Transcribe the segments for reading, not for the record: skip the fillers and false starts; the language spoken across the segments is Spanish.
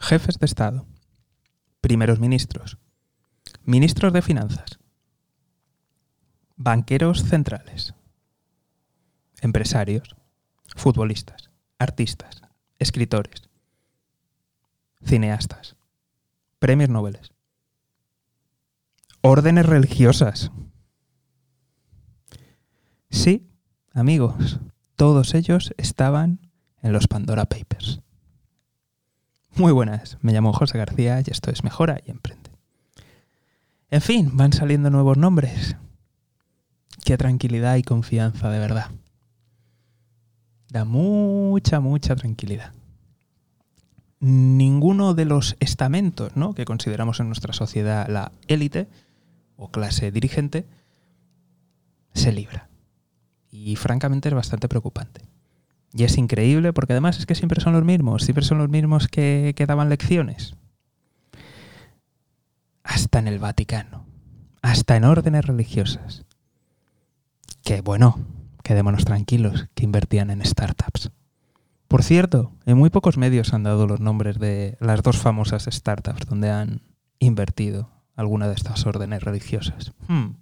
jefes de Estado, primeros ministros, ministros de finanzas, banqueros centrales, empresarios, futbolistas, artistas, escritores, cineastas, premios Nobel, órdenes religiosas. Sí, amigos, todos ellos estaban en los Pandora Papers. Muy buenas, me llamo José García y esto es Mejora y Emprende. En fin, van saliendo nuevos nombres. Qué tranquilidad y confianza, de verdad. Da mucha tranquilidad. Ninguno de los estamentos, ¿no?, que consideramos en nuestra sociedad la élite o clase dirigente se libra. Y francamente es bastante preocupante. Y es increíble porque además es que siempre son los mismos que daban lecciones. Hasta en el Vaticano, hasta en órdenes religiosas. Que bueno, quedémonos tranquilos, que invertían en startups. Por cierto, en muy pocos medios han dado los nombres de las dos famosas startups donde han invertido alguna de estas órdenes religiosas.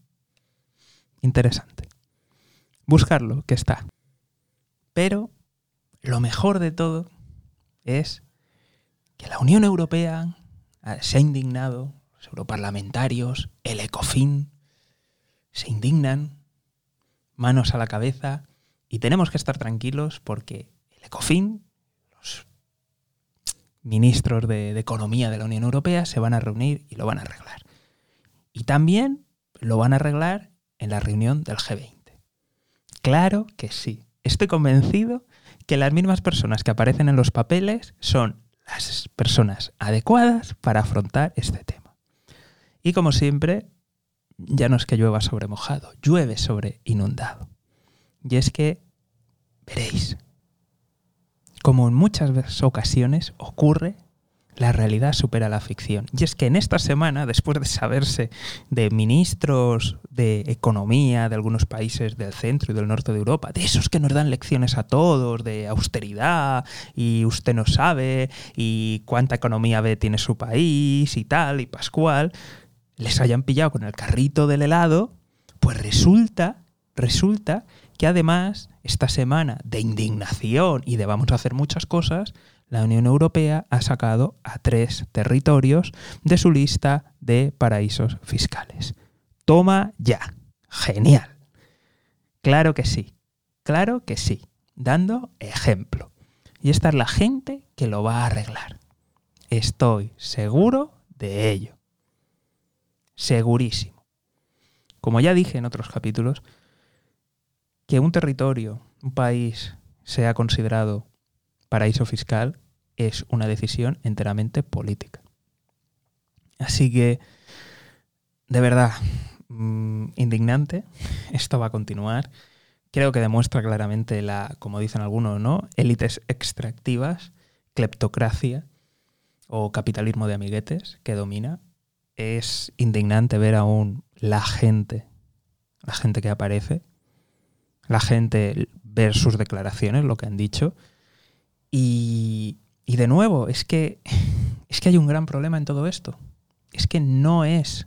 Interesante. Buscarlo, que está. Pero lo mejor de todo es que la Unión Europea se ha indignado, los europarlamentarios, el Ecofin, se indignan, manos a la cabeza, y tenemos que estar tranquilos porque el Ecofin, los ministros de Economía de la Unión Europea, se van a reunir y lo van a arreglar. Y también lo van a arreglar en la reunión del G20. Claro que sí. Estoy convencido que las mismas personas que aparecen en los papeles son las personas adecuadas para afrontar este tema. Y como siempre, ya no es que llueva sobre mojado, llueve sobre inundado. Y es que veréis, como en muchas ocasiones ocurre, la realidad supera la ficción. Y es que en esta semana, después de saberse de ministros de economía de algunos países del centro y del norte de Europa, de esos que nos dan lecciones a todos de austeridad y usted no sabe y cuánta economía B tiene su país y tal y pascual, les hayan pillado con el carrito del helado, pues resulta que además esta semana de indignación y de vamos a hacer muchas cosas, la Unión Europea ha sacado a 3 territorios de su lista de paraísos fiscales. Toma ya. Genial. Claro que sí, dando ejemplo. Y esta es la gente que lo va a arreglar. Estoy seguro de ello. Segurísimo. Como ya dije en otros capítulos, que un territorio, un país, sea considerado paraíso fiscal es una decisión enteramente política. Así que, de verdad, indignante. Esto va a continuar. Creo que demuestra claramente como dicen algunos, ¿no?, élites extractivas, cleptocracia o capitalismo de amiguetes que domina. Es indignante ver aún la gente que aparece, la gente ver sus declaraciones, lo que han dicho. Y de nuevo, es que hay un gran problema en todo esto. Es que no es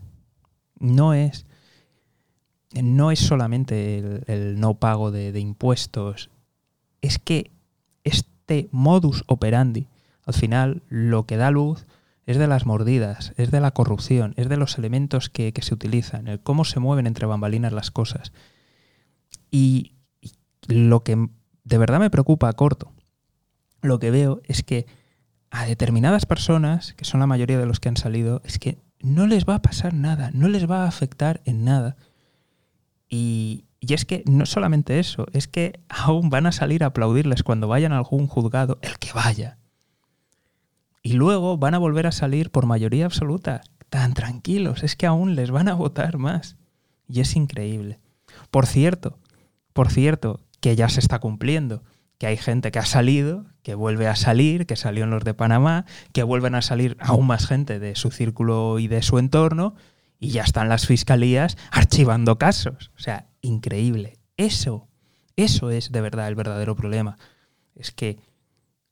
solamente el no pago de impuestos. Es que este modus operandi, al final, lo que da luz es de las mordidas, es de la corrupción, es de los elementos que se utilizan, el cómo se mueven entre bambalinas las cosas. Y lo que de verdad me preocupa a corto, lo que veo es que a determinadas personas, que son la mayoría de los que han salido, es que no les va a pasar nada, no les va a afectar en nada. Y es que no solamente eso, es que aún van a salir a aplaudirles cuando vayan a algún juzgado, el que vaya. Y luego van a volver a salir por mayoría absoluta, tan tranquilos, es que aún les van a votar más. Y es increíble. Por cierto, que ya se está cumpliendo, que hay gente que ha salido, que vuelve a salir, que salió en los de Panamá, que vuelven a salir aún más gente de su círculo y de su entorno, y ya están las fiscalías archivando casos. O sea, increíble. Eso es de verdad el verdadero problema. Es que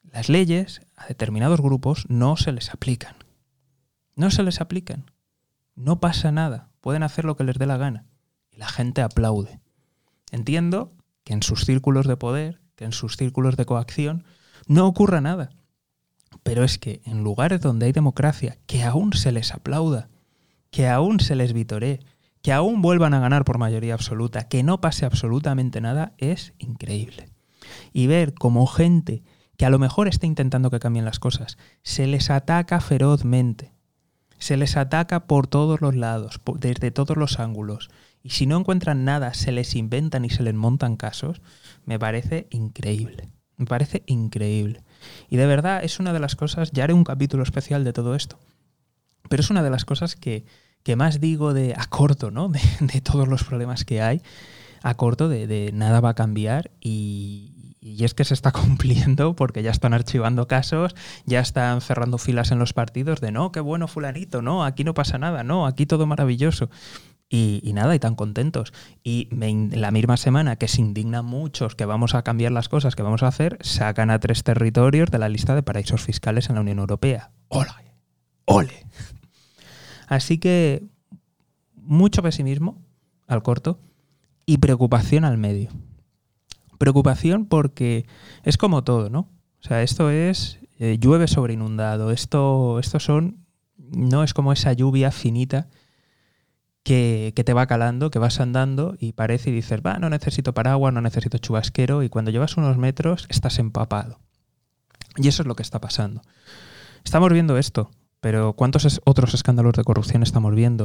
Las leyes a determinados grupos no se les aplican. No se les aplican. No pasa nada. Pueden hacer lo que les dé la gana. Y la gente aplaude. Entiendo que en sus círculos de poder, que en sus círculos de coacción, no ocurra nada. Pero es que en lugares donde hay democracia, que aún se les aplauda, que aún se les vitoree, que aún vuelvan a ganar por mayoría absoluta, que no pase absolutamente nada, es increíble. Y ver cómo gente que a lo mejor está intentando que cambien las cosas, se les ataca ferozmente, se les ataca por todos los lados, desde todos los ángulos, y si no encuentran nada, se les inventan y se les montan casos, me parece increíble. Me parece increíble. Y de verdad es una de las cosas, ya haré un capítulo especial de todo esto, pero es una de las cosas que más digo a corto, ¿no? De todos los problemas que hay, a corto de nada va a cambiar y es que se está cumpliendo porque ya están archivando casos, ya están cerrando filas en los partidos de no, qué bueno fulanito, no, aquí no pasa nada, no, aquí todo maravilloso. Y nada, y tan contentos. Y la misma semana que se indignan muchos que vamos a cambiar las cosas que vamos a hacer, sacan a 3 territorios de la lista de paraísos fiscales en la Unión Europea. ¡Ole! ¡Ole! Así que mucho pesimismo al corto y preocupación al medio. Preocupación porque es como todo, ¿no? O sea, esto es llueve sobre inundado. Esto no es como esa lluvia finita que te va calando, que vas andando y parece y dices, no necesito paraguas, no necesito chubasquero, y cuando llevas unos metros estás empapado. Y eso es lo que está pasando. Estamos viendo esto, pero ¿cuántos otros escándalos de corrupción estamos viendo?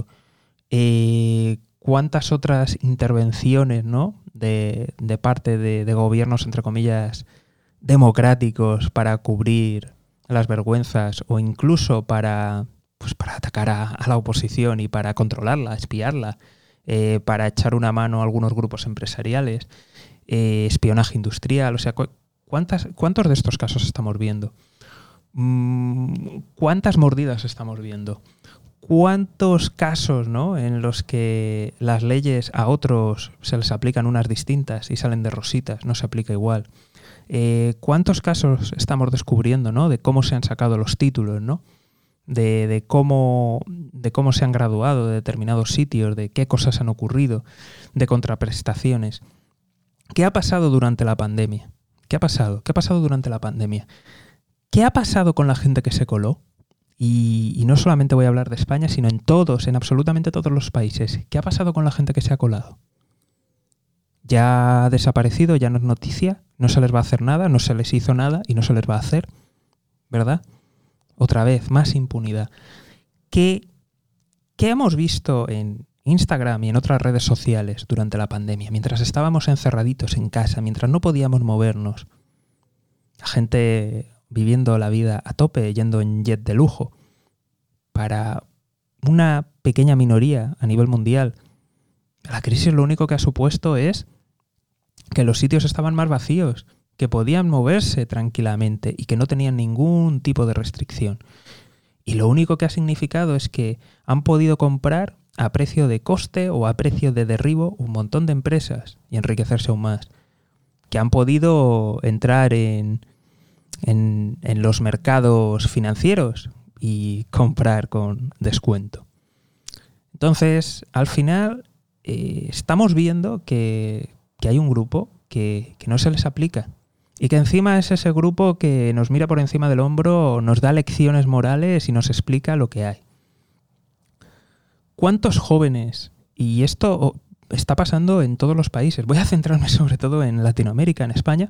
¿Cuántas otras intervenciones, ¿no? de parte de gobiernos, entre comillas, democráticos para cubrir las vergüenzas o incluso para atacar a la oposición y para controlarla, espiarla, para echar una mano a algunos grupos empresariales, espionaje industrial? O sea, ¿cuántos de estos casos estamos viendo? ¿Cuántas mordidas estamos viendo? ¿Cuántos casos, ¿no? en los que las leyes a otros se les aplican unas distintas y salen de rositas, no se aplica igual? ¿Cuántos casos estamos descubriendo, ¿no? de cómo se han sacado los títulos, ¿no? de cómo se han graduado de determinados sitios, de qué cosas han ocurrido, de contraprestaciones? ¿Qué ha pasado durante la pandemia? ¿Qué ha pasado? ¿Qué ha pasado durante la pandemia? ¿Qué ha pasado con la gente que se coló? Y no solamente voy a hablar de España, sino en absolutamente todos los países. ¿Qué ha pasado con la gente que se ha colado? Ya ha desaparecido, ya no es noticia, no se les va a hacer nada, no se les hizo nada y no se les va a hacer, ¿verdad? Otra vez, más impunidad. ¿Qué hemos visto en Instagram y en otras redes sociales durante la pandemia, mientras estábamos encerraditos en casa, mientras no podíamos movernos? La gente viviendo la vida a tope, yendo en jet de lujo. Para una pequeña minoría a nivel mundial, la crisis lo único que ha supuesto es que los sitios estaban más vacíos, que podían moverse tranquilamente y que no tenían ningún tipo de restricción. Y lo único que ha significado es que han podido comprar a precio de coste o a precio de derribo un montón de empresas y enriquecerse aún más. Que han podido entrar en los mercados financieros y comprar con descuento. Entonces, al final, estamos viendo que hay un grupo que no se les aplica y que encima es ese grupo que nos mira por encima del hombro, nos da lecciones morales y nos explica lo que hay. ¿Cuántos jóvenes? Y esto está pasando en todos los países. Voy a centrarme sobre todo en Latinoamérica, en España.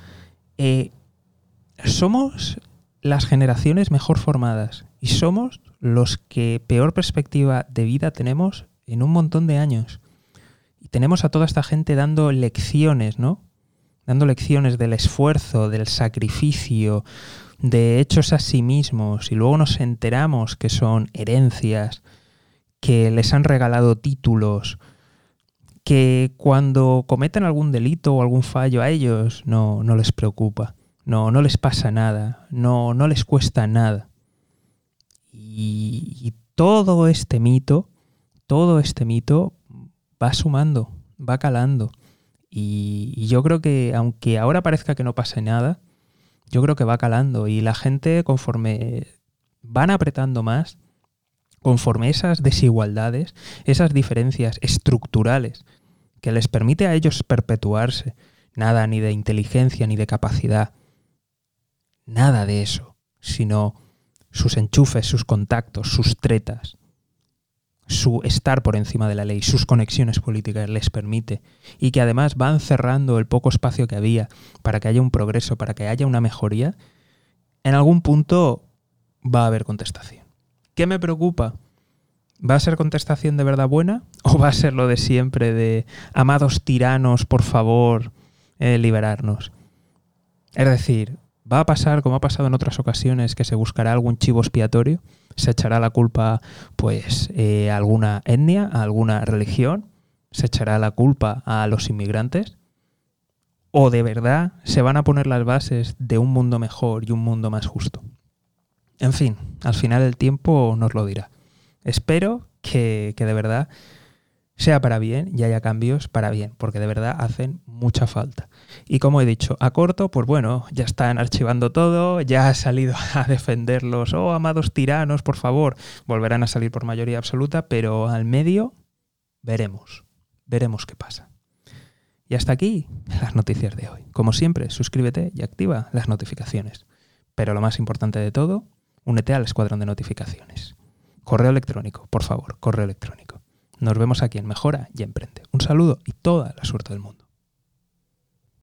Somos las generaciones mejor formadas y somos los que peor perspectiva de vida tenemos en un montón de años. Y tenemos a toda esta gente dando lecciones, ¿no? Dando lecciones del esfuerzo, del sacrificio, de hechos a sí mismos, y luego nos enteramos que son herencias, que les han regalado títulos, que cuando cometen algún delito o algún fallo a ellos no les preocupa. No les pasa nada, no les cuesta nada. Y todo este mito va sumando, va calando. Y yo creo que, aunque ahora parezca que no pase nada, yo creo que va calando y la gente, conforme van apretando más, conforme esas desigualdades, esas diferencias estructurales que les permite a ellos perpetuarse, nada ni de inteligencia ni de capacidad, nada de eso, sino sus enchufes, sus contactos, sus tretas, su estar por encima de la ley, sus conexiones políticas les permite, y que además van cerrando el poco espacio que había para que haya un progreso, para que haya una mejoría, en algún punto va a haber contestación. ¿Qué me preocupa? ¿Va a ser contestación de verdad buena o va a ser lo de siempre de amados tiranos, por favor, liberarnos? Es decir, va a pasar, como ha pasado en otras ocasiones, que se buscará algún chivo expiatorio, se echará la culpa pues a alguna etnia, a alguna religión, se echará la culpa a los inmigrantes, o de verdad se van a poner las bases de un mundo mejor y un mundo más justo. En fin, al final el tiempo nos lo dirá. Espero que de verdad sea para bien y haya cambios para bien, porque de verdad hacen mucha falta. Y como he dicho, a corto, pues bueno, ya están archivando todo, ya ha salido a defenderlos, oh, amados tiranos, por favor, volverán a salir por mayoría absoluta, pero al medio veremos qué pasa. Y hasta aquí las noticias de hoy. Como siempre, suscríbete y activa las notificaciones. Pero lo más importante de todo, únete al escuadrón de notificaciones. Correo electrónico, por favor, correo electrónico. Nos vemos aquí en Mejora y Emprende. Un saludo y toda la suerte del mundo.